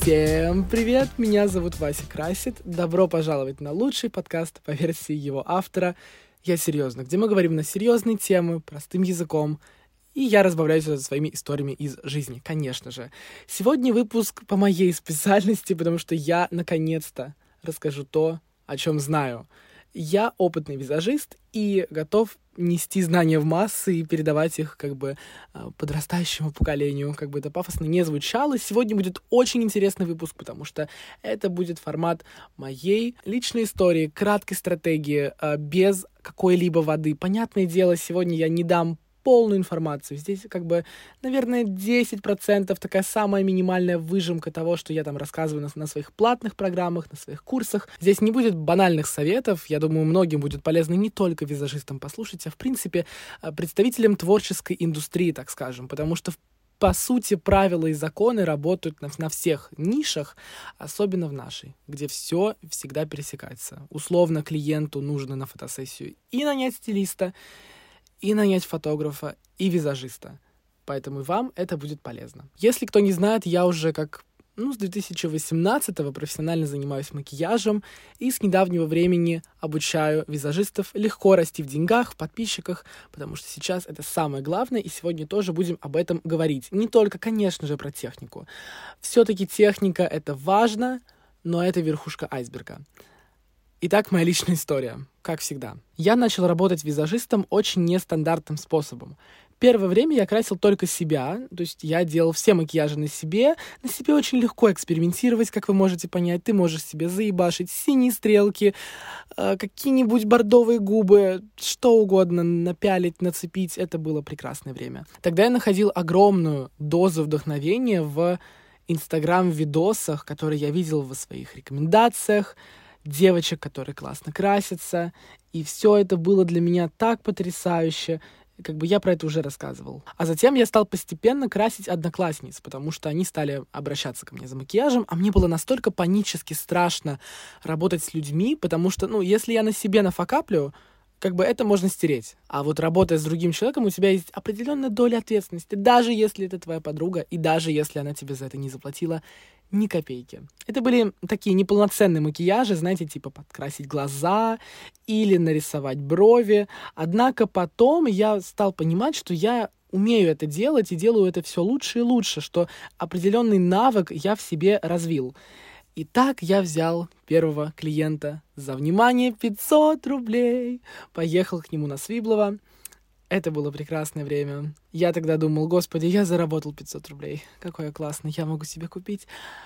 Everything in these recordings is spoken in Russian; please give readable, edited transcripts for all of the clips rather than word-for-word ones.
Всем привет! Меня зовут Вася Красит. Добро пожаловать на лучший подкаст по версии его автора «Я серьезно», где мы говорим на серьезные темы, простым языком, и я разбавляюсь это своими историями из жизни, конечно же. Сегодня выпуск по моей специальности, потому что я, наконец-то, расскажу то, о чем знаю. Я опытный визажист и готов нести знания в массы и передавать их подрастающему поколению, как бы это пафосно не звучало. Сегодня будет очень интересный выпуск, потому что это будет формат моей личной истории, краткой стратегии, без какой-либо воды. Понятное дело, сегодня я не дам полную информацию. Здесь, наверное, 10% такая самая минимальная выжимка того, что я там рассказываю на своих платных программах, на своих курсах. Здесь не будет банальных советов. Я думаю, многим будет полезно не только визажистам послушать, а, в принципе, представителям творческой индустрии, так скажем. Потому что, по сути, правила и законы работают на всех нишах, особенно в нашей, где все всегда пересекается. Условно, клиенту нужно на фотосессию и нанять стилиста, и нанять фотографа, и визажиста. Поэтому вам это будет полезно. Если кто не знает, я уже с 2018-го профессионально занимаюсь макияжем и с недавнего времени обучаю визажистов легко расти в деньгах, в подписчиках, потому что сейчас это самое главное, и сегодня тоже будем об этом говорить. Не только, конечно же, про технику. Все-таки техника — это важно, но это верхушка айсберга. Итак, моя личная история, как всегда. Я начал работать визажистом очень нестандартным способом. Первое время я красил только себя, то есть я делал все макияжи на себе. На себе очень легко экспериментировать, как вы можете понять. Ты можешь себе заебашить синие стрелки, какие-нибудь бордовые губы, что угодно напялить, нацепить. Это было прекрасное время. Тогда я находил огромную дозу вдохновения в Инстаграм-видосах, которые я видел в своих рекомендациях, девочек, которые классно красятся, и все это было для меня так потрясающе, я про это уже рассказывал. А затем я стал постепенно красить одноклассниц, потому что они стали обращаться ко мне за макияжем, а мне было настолько панически страшно работать с людьми, потому что, если я на себе нафакаплю, это можно стереть. А вот работая с другим человеком, у тебя есть определенная доля ответственности, даже если это твоя подруга, и даже если она тебе за это не заплатила ни копейки. Это были такие неполноценные макияжи, знаете, типа подкрасить глаза или нарисовать брови. Однако потом я стал понимать, что я умею это делать и делаю это все лучше и лучше, что определенный навык я в себе развил. И так я взял первого клиента за внимание 500 рублей. Поехал к нему на Свиблово. Это было прекрасное время. Я тогда думал: господи, я заработал 500 рублей. Какой я классный. Я могу себе купить,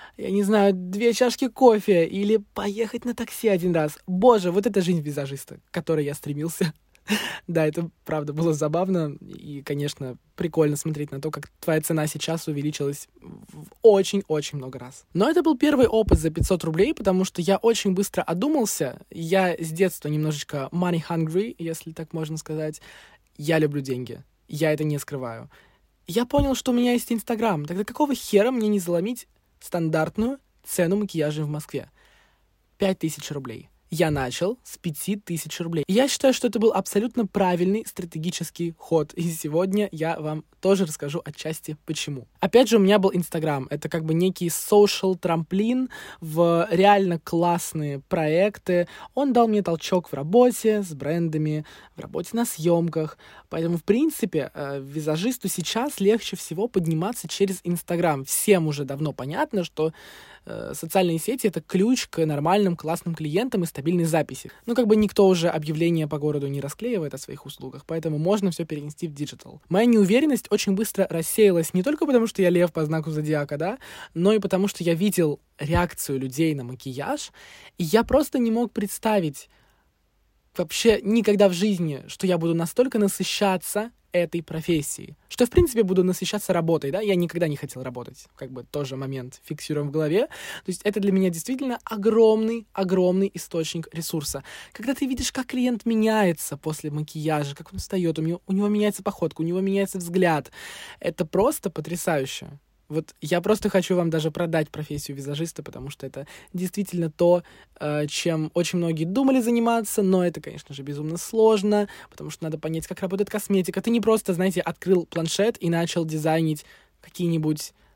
2 чашки кофе или поехать на такси один раз. Боже, вот это жизнь визажиста, к которой я стремился. Да, это правда было забавно и, конечно, прикольно смотреть на то, как твоя цена сейчас увеличилась в очень-очень много раз. Но это был первый опыт за 500 рублей, потому что я очень быстро одумался. Я с детства немножечко money hungry, если так можно сказать. Я люблю деньги. Я это не скрываю. Я понял, что у меня есть Инстаграм. Тогда какого хера мне не заломить стандартную цену макияжа в Москве? 5000 рублей. Я начал с 5000 рублей. И я считаю, что это был абсолютно правильный стратегический ход. И сегодня я вам тоже расскажу отчасти почему. Опять же, у меня был Инстаграм. Это некий social трамплин в реально классные проекты. Он дал мне толчок в работе с брендами, в работе на съемках. Поэтому, в принципе, визажисту сейчас легче всего подниматься через Инстаграм. Всем уже давно понятно, что социальные сети — это ключ к нормальным, классным клиентам и стабильной записи. Никто уже объявления по городу не расклеивает о своих услугах, поэтому можно все перенести в диджитал. Моя неуверенность очень быстро рассеялась не только потому, что я лев по знаку зодиака, да, но и потому, что я видел реакцию людей на макияж, и я просто не мог представить вообще никогда в жизни, что я буду настолько насыщаться этой профессией, что я, в принципе, буду насыщаться работой, да, я никогда не хотел работать, тоже момент фиксируем в голове, то есть это для меня действительно огромный источник ресурса. Когда ты видишь, как клиент меняется после макияжа, как он встает, у него меняется походка, у него меняется взгляд, это просто потрясающе. Вот я просто хочу вам даже продать профессию визажиста, потому что это действительно то, чем очень многие думали заниматься, но это, конечно же, безумно сложно, потому что надо понять, как работает косметика. Ты не просто, знаете, открыл планшет и начал дизайнить какие-нибудь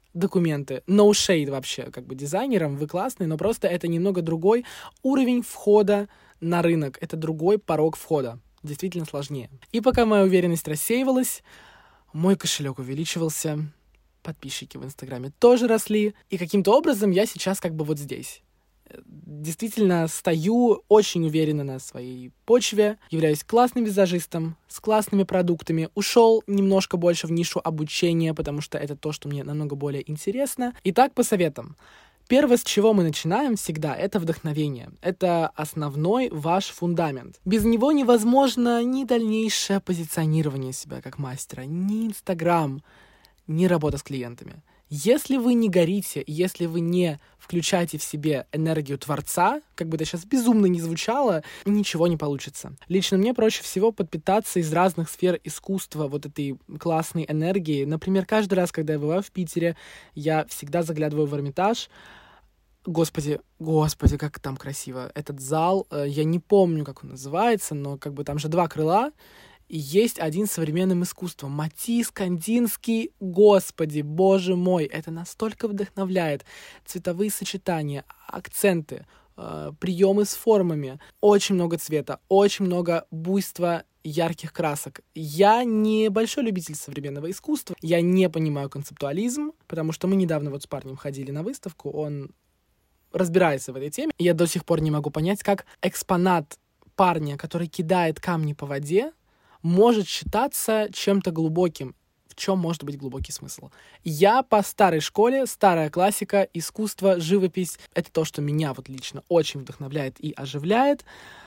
документы. No shade вообще, как бы дизайнерам, вы классные, но просто это немного другой уровень входа на рынок. Это другой порог входа. Действительно сложнее. И пока моя уверенность рассеивалась, мой кошелек увеличивался, подписчики в Инстаграме тоже росли, и каким-то образом я сейчас как бы вот здесь. Действительно стою очень уверенно на своей почве, являюсь классным визажистом, с классными продуктами, ушел немножко больше в нишу обучения, потому что это то, что мне намного более интересно. Итак, по советам. Первое, с чего мы начинаем всегда, это вдохновение. Это основной ваш фундамент. Без него невозможно ни дальнейшее позиционирование себя как мастера, ни Инстаграм, ни работа с клиентами. Если вы не горите, если вы не включаете в себе энергию Творца, как бы это сейчас безумно не звучало, ничего не получится. Лично мне проще всего подпитаться из разных сфер искусства вот этой классной энергии. Например, каждый раз, когда я бываю в Питере, я всегда заглядываю в Эрмитаж. Господи, как там красиво. Этот зал, я не помню, как он называется, но как бы там же 2 крыла, и есть один с современным искусством. Матисс, Кандинский, господи, боже мой, это настолько вдохновляет. Цветовые сочетания, акценты, приемы с формами, очень много цвета, очень много буйства, ярких красок. Я не большой любитель современного искусства, я не понимаю концептуализм, потому что мы недавно вот с парнем ходили на выставку, он разбирается в этой теме, и я до сих пор не могу понять, как экспонат парня, который кидает камни по воде, может считаться чем-то глубоким. В чем может быть глубокий смысл? Я по старой школе, старая классика, искусство, живопись. Это то, что меня вот лично очень вдохновляет и оживляет.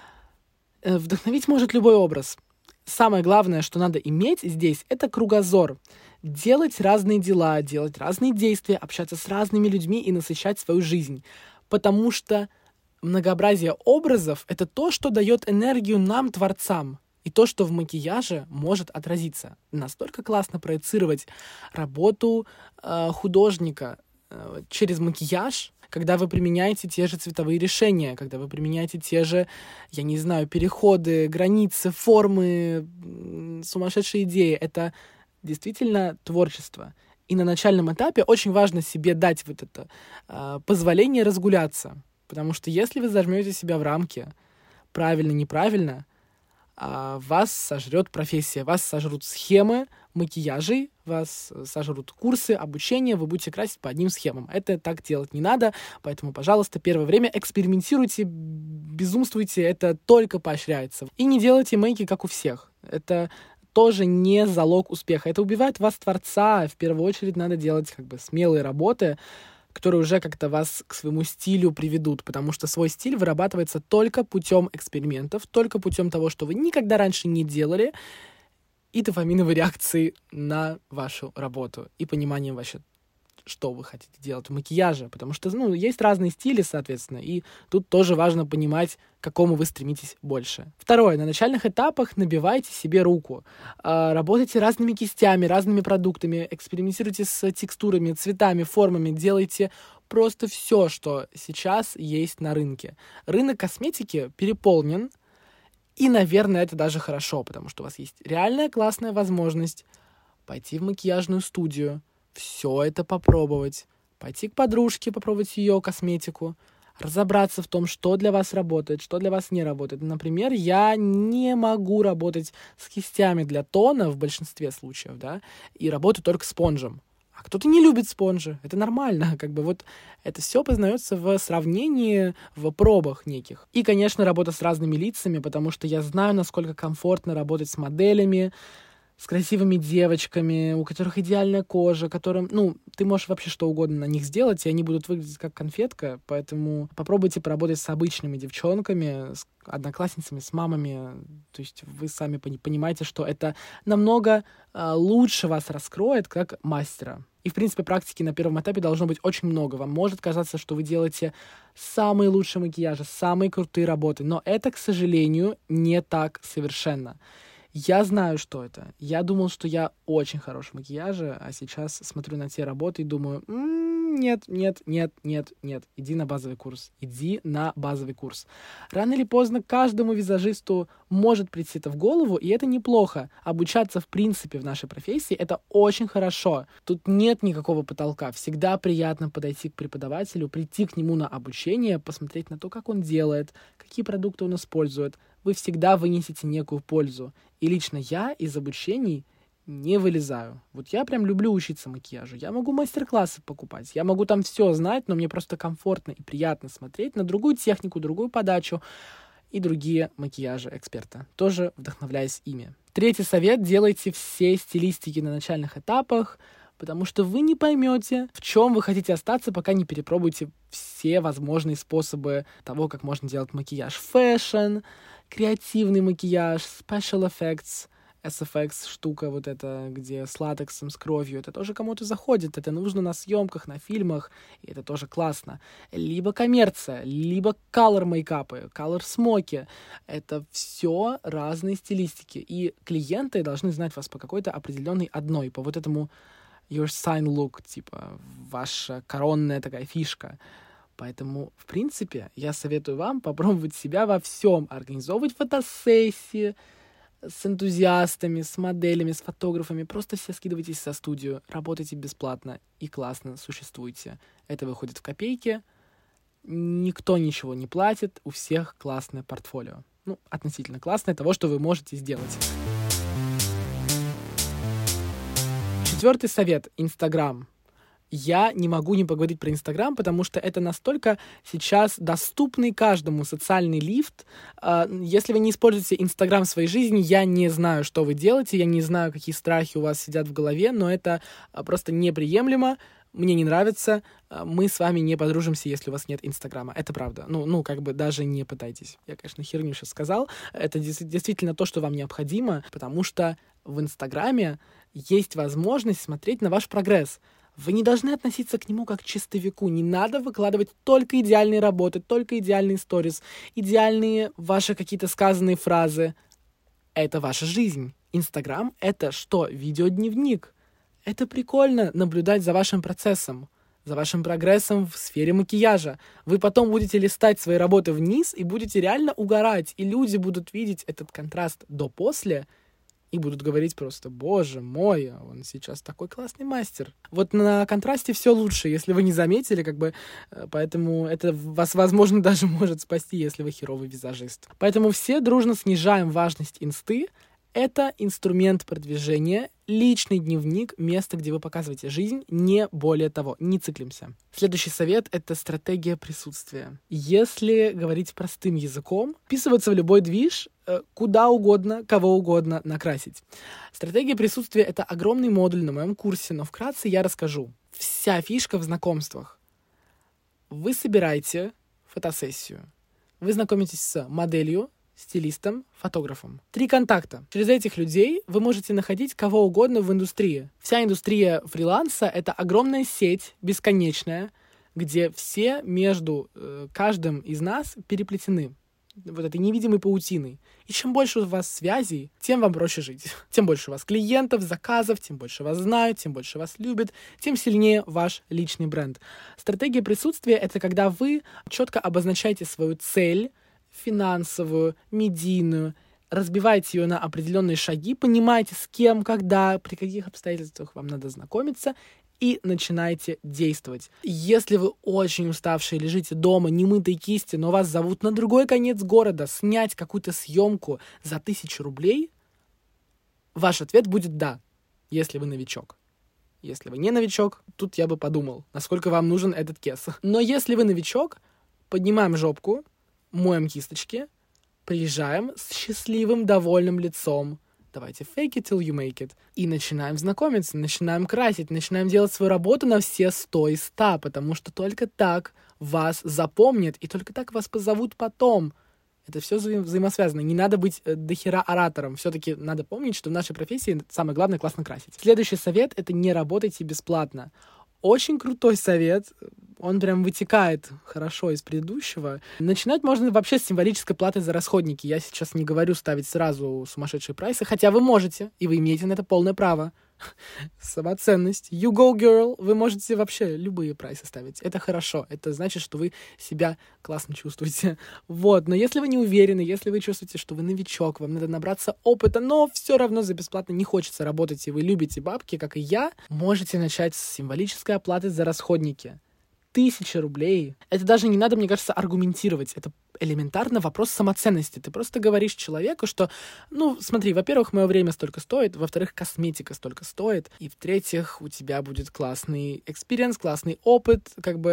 Вдохновить может любой образ. Самое главное, что надо иметь здесь, это кругозор. Делать разные дела, делать разные действия, общаться с разными людьми и насыщать свою жизнь. Потому что многообразие образов — это то, что дает энергию нам, творцам. И то, что в макияже может отразиться. Настолько классно проецировать работу художника через макияж, когда вы применяете те же цветовые решения, когда вы применяете те же, я не знаю, переходы, границы, формы, сумасшедшие идеи. Это действительно творчество. И на начальном этапе очень важно себе дать вот это позволение разгуляться. Потому что если вы зажмете себя в рамки, правильно, неправильно, вас сожрет профессия, вас сожрут схемы макияжей, вас сожрут курсы, обучение, вы будете красить по одним схемам. Это так делать не надо, поэтому, пожалуйста, первое время экспериментируйте, безумствуйте, это только поощряется. И не делайте мейки, как у всех. Это тоже не залог успеха. Это убивает вас, творца. В первую очередь надо делать как бы смелые работы, которые уже как-то вас к своему стилю приведут, потому что свой стиль вырабатывается только путем экспериментов, только путем того, что вы никогда раньше не делали, и дофаминовой реакции на вашу работу, и пониманием вообще, что вы хотите делать в макияже, потому что, есть разные стили, соответственно, и тут тоже важно понимать, к какому вы стремитесь больше. Второе. На начальных этапах набивайте себе руку. Работайте разными кистями, разными продуктами, экспериментируйте с текстурами, цветами, формами, делайте просто все, что сейчас есть на рынке. Рынок косметики переполнен, и, наверное, это даже хорошо, потому что у вас есть реальная классная возможность пойти в макияжную студию, все это попробовать, пойти к подружке, попробовать ее косметику, разобраться в том, что для вас работает, что для вас не работает. Например, я не могу работать с кистями для тона в большинстве случаев, да, и работаю только спонжем. А кто-то не любит спонжи, это нормально, как бы вот это все познается в сравнении, в пробах неких. И, конечно, работа с разными лицами, потому что я знаю, насколько комфортно работать с моделями, с красивыми девочками, у которых идеальная кожа, которым, ты можешь вообще что угодно на них сделать, и они будут выглядеть как конфетка, поэтому попробуйте поработать с обычными девчонками, с одноклассницами, с мамами, то есть вы сами понимаете, что это намного лучше вас раскроет как мастера. И, в принципе, практики на первом этапе должно быть очень много. Вам может казаться, что вы делаете самые лучшие макияжи, самые крутые работы, но это, к сожалению, не так совершенно. Я знаю, что это. Я думал, что я очень хорош в макияже, а сейчас смотрю на те работы и думаю, Нет. Иди на базовый курс. Рано или поздно каждому визажисту может прийти это в голову, и это неплохо. Обучаться, в принципе, в нашей профессии — это очень хорошо. Тут нет никакого потолка. Всегда приятно подойти к преподавателю, прийти к нему на обучение, посмотреть на то, как он делает, какие продукты он использует. Вы всегда вынесете некую пользу. И лично я из обучений не вылезаю. Вот я прям люблю учиться макияжу. Я могу мастер-классы покупать. Я могу там все знать, но мне просто комфортно и приятно смотреть на другую технику, другую подачу и другие макияжи эксперта, тоже вдохновляясь ими. Третий совет: делайте все стилистики на начальных этапах, потому что вы не поймете, в чем вы хотите остаться, пока не перепробуете все возможные способы того, как можно делать макияж. Фэшн, креативный макияж, special effects, SFX штука вот эта, где с латексом, с кровью, это тоже кому-то заходит, это нужно на съемках, на фильмах, и это тоже классно. Либо коммерция, либо color мейкапы, color смоки, это все разные стилистики, и клиенты должны знать вас по какой-то определенной одной, по вот этому your sign look, типа ваша коронная такая фишка. Поэтому, в принципе, я советую вам попробовать себя во всем, организовывать фотосессии с энтузиастами, с моделями, с фотографами. Просто все скидывайтесь со студию, работайте бесплатно и классно существуйте. Это выходит в копейки, никто ничего не платит, у всех классное портфолио. Ну, относительно классное того, что вы можете сделать. Четвертый совет — Инстаграм. Я не могу не поговорить про Инстаграм, потому что это настолько сейчас доступный каждому социальный лифт. Если вы не используете Инстаграм в своей жизни, я не знаю, что вы делаете, я не знаю, какие страхи у вас сидят в голове, но это просто неприемлемо. Мне не нравится. Мы с вами не подружимся, если у вас нет Инстаграма. Это правда. Как бы даже не пытайтесь. Я, конечно, херню сейчас сказал. Это действительно то, что вам необходимо, потому что в Инстаграме есть возможность смотреть на ваш прогресс. Вы не должны относиться к нему как к чистовику. Не надо выкладывать только идеальные работы, только идеальные сторис, идеальные ваши какие-то сказанные фразы. Это ваша жизнь. Инстаграм — это что? Видеодневник. Это прикольно наблюдать за вашим процессом, за вашим прогрессом в сфере макияжа. Вы потом будете листать свои работы вниз и будете реально угорать. И люди будут видеть этот контраст до-после и будут говорить просто: боже мой, он сейчас такой классный мастер. Вот на контрасте все лучше, если вы не заметили, поэтому это вас, возможно, даже может спасти, если вы херовый визажист. Поэтому все дружно снижаем важность инсты. Это инструмент продвижения, личный дневник, место, где вы показываете жизнь, не более того, не циклимся. Следующий совет — это стратегия присутствия. Если говорить простым языком, вписываться в любой движ, куда угодно, кого угодно накрасить. Стратегия присутствия — это огромный модуль на моем курсе, но вкратце я расскажу. Вся фишка в знакомствах. Вы собираете фотосессию, вы знакомитесь с моделью, стилистом, фотографом. 3 контакта. Через этих людей вы можете находить кого угодно в индустрии. Вся индустрия фриланса — это огромная сеть, бесконечная, где все между каждым из нас переплетены вот этой невидимой паутиной. И чем больше у вас связей, тем вам проще жить. Тем больше у вас клиентов, заказов, тем больше вас знают, тем больше вас любят, тем сильнее ваш личный бренд. Стратегия присутствия — это когда вы четко обозначаете свою цель, финансовую, медийную, разбиваете ее на определенные шаги, понимаете, с кем, когда, при каких обстоятельствах вам надо знакомиться, и начинаете действовать. Если вы очень уставшие, лежите дома, немытой кисти, но вас зовут на другой конец города снять какую-то съемку за 1000 рублей, ваш ответ будет «да», если вы новичок. Если вы не новичок, тут я бы подумал, насколько вам нужен этот кес. Но если вы новичок, поднимаем жопку, моем кисточки, приезжаем с счастливым, довольным лицом. Давайте fake it till you make it. И начинаем знакомиться, начинаем красить, начинаем делать свою работу на все 100 из 100, потому что только так вас запомнят, и только так вас позовут потом. Это все взаимосвязано. Не надо быть дохера оратором. Все-таки надо помнить, что в нашей профессии самое главное — классно красить. Следующий совет — это не работайте бесплатно. Очень крутой совет. Он прям вытекает хорошо из предыдущего. Начинать можно вообще с символической платы за расходники. Я сейчас не говорю ставить сразу сумасшедшие прайсы, хотя вы можете, и вы имеете на это полное право. Самоценность. You go, girl. Вы можете вообще любые прайсы ставить. Это хорошо. Это значит, что вы себя классно чувствуете. Вот. Но если вы не уверены, если вы чувствуете, что вы новичок, вам надо набраться опыта, но все равно за бесплатно не хочется работать, и вы любите бабки, как и я, можете начать с символической оплаты за расходники. 1000 рублей. Это даже не надо, мне кажется, аргументировать. Это элементарно вопрос самоценности. Ты просто говоришь человеку, что, смотри, во-первых, мое время столько стоит, во-вторых, косметика столько стоит, и в-третьих, у тебя будет классный экспириенс, классный опыт,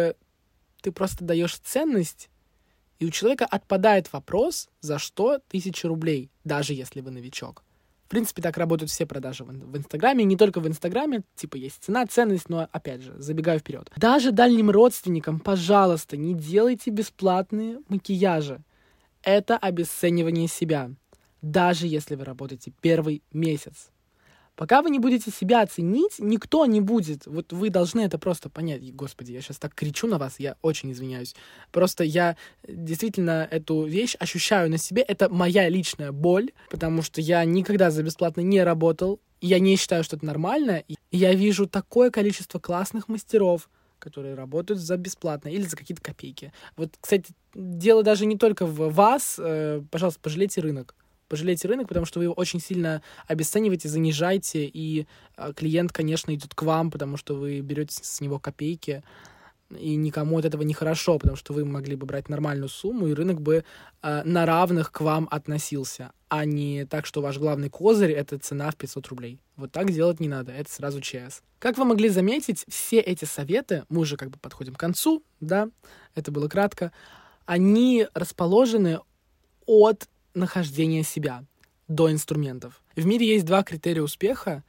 ты просто даешь ценность, и у человека отпадает вопрос, за что 1000 рублей, даже если вы новичок. В принципе, так работают все продажи в Инстаграме, и не только в Инстаграме, есть цена, ценность, но, опять же, забегаю вперед. Даже дальним родственникам, пожалуйста, не делайте бесплатные макияжи. Это обесценивание себя, даже если вы работаете первый месяц. Пока вы не будете себя оценить, никто не будет. Вот вы должны это просто понять. И, господи, я сейчас так кричу на вас, я очень извиняюсь. Просто я действительно эту вещь ощущаю на себе. Это моя личная боль, потому что я никогда за бесплатно не работал. Я не считаю, что это нормально. И я вижу такое количество классных мастеров, которые работают за бесплатно или за какие-то копейки. Вот, кстати, дело даже не только в вас. Пожалуйста, пожалейте рынок. Пожалейте рынок, потому что вы его очень сильно обесцениваете, занижаете, и клиент, конечно, идет к вам, потому что вы берете с него копейки, и никому от этого не хорошо, потому что вы могли бы брать нормальную сумму, и рынок бы на равных к вам относился, а не так, что ваш главный козырь — это цена в 500 рублей. Вот так делать не надо, это сразу ЧС. Как вы могли заметить, все эти советы, мы уже подходим к концу, да, это было кратко, они расположены от нахождения себя до инструментов. В мире есть 2 критерия успеха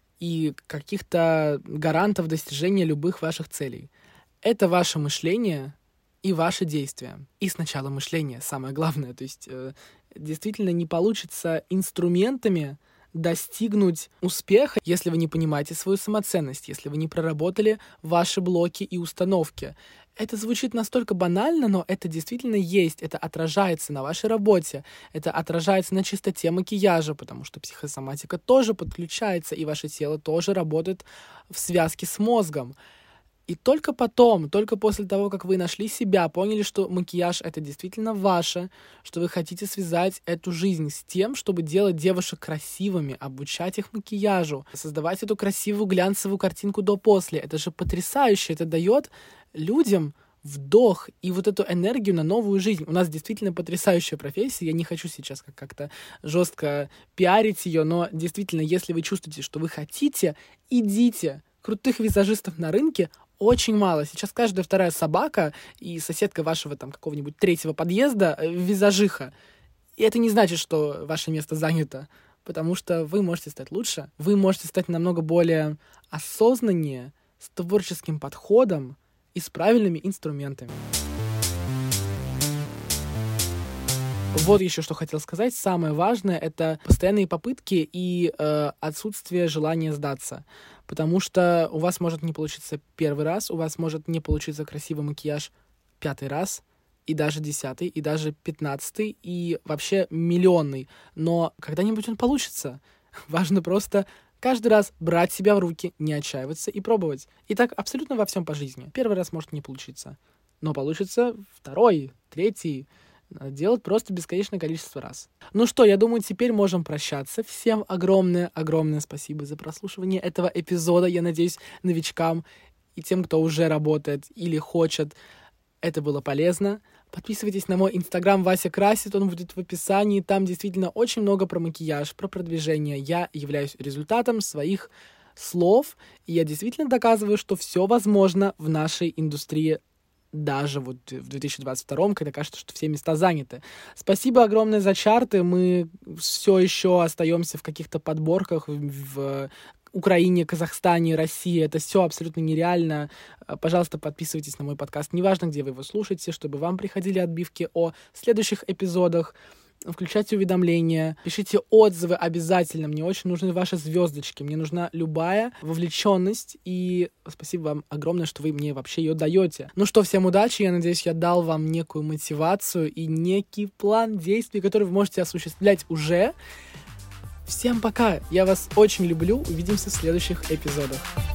и каких-то гарантов достижения любых ваших целей. Это ваше мышление и ваши действия. И сначала мышление, самое главное. То есть действительно не получится инструментами достигнуть успеха, если вы не понимаете свою самоценность, если вы не проработали ваши блоки и установки. Это звучит настолько банально, но это действительно есть. Это отражается на вашей работе. Это отражается на чистоте макияжа, потому что психосоматика тоже подключается, и ваше тело тоже работает в связке с мозгом. И только потом, только после того, как вы нашли себя, поняли, что макияж — это действительно ваше, что вы хотите связать эту жизнь с тем, чтобы делать девушек красивыми, обучать их макияжу, создавать эту красивую глянцевую картинку до-после. Это же потрясающе, это дает людям вдох и вот эту энергию на новую жизнь. У нас действительно потрясающая профессия. Я не хочу сейчас как-то жестко пиарить ее, но действительно, если вы чувствуете, что вы хотите, идите. Крутых визажистов на рынке очень мало. Сейчас каждая вторая собака и соседка вашего какого-нибудь 3-го подъезда визажиха. И это не значит, что ваше место занято, потому что вы можете стать лучше, вы можете стать намного более осознаннее, с творческим подходом и с правильными инструментами. Вот еще что хотел сказать. Самое важное — это постоянные попытки и отсутствие желания сдаться. Потому что у вас может не получиться первый раз, у вас может не получиться красивый макияж 5-й раз, и даже 10-й, и даже 15-й, и вообще миллионный. Но когда-нибудь он получится. Важно просто каждый раз брать себя в руки, не отчаиваться и пробовать. И так абсолютно во всем по жизни. Первый раз может не получиться, но получится 2-й, 3-й. Делать просто бесконечное количество раз. Ну что, я думаю, теперь можем прощаться. Всем огромное спасибо за прослушивание этого эпизода. Я надеюсь, новичкам и тем, кто уже работает или хочет, это было полезно. Подписывайтесь на мой инстаграм Вася Красит, он будет в описании. Там действительно очень много про макияж, про продвижение. Я являюсь результатом своих слов, и я действительно доказываю, что все возможно в нашей индустрии, даже в 2022, когда кажется, что все места заняты. Спасибо огромное за чарты. Мы все еще остаемся в каких-то подборках в Украине, Казахстане, России. Это все абсолютно нереально. Пожалуйста, подписывайтесь на мой подкаст. Неважно, где вы его слушаете, чтобы вам приходили отбивки о следующих эпизодах. Включайте уведомления, пишите отзывы обязательно. Мне очень нужны ваши звездочки. Мне нужна любая вовлеченность. И спасибо вам огромное, что вы мне вообще ее даете. Ну что, всем удачи. Я надеюсь, я дал вам некую мотивацию и некий план действий, который вы можете осуществлять уже. Всем пока! Я вас очень люблю. Увидимся в следующих эпизодах.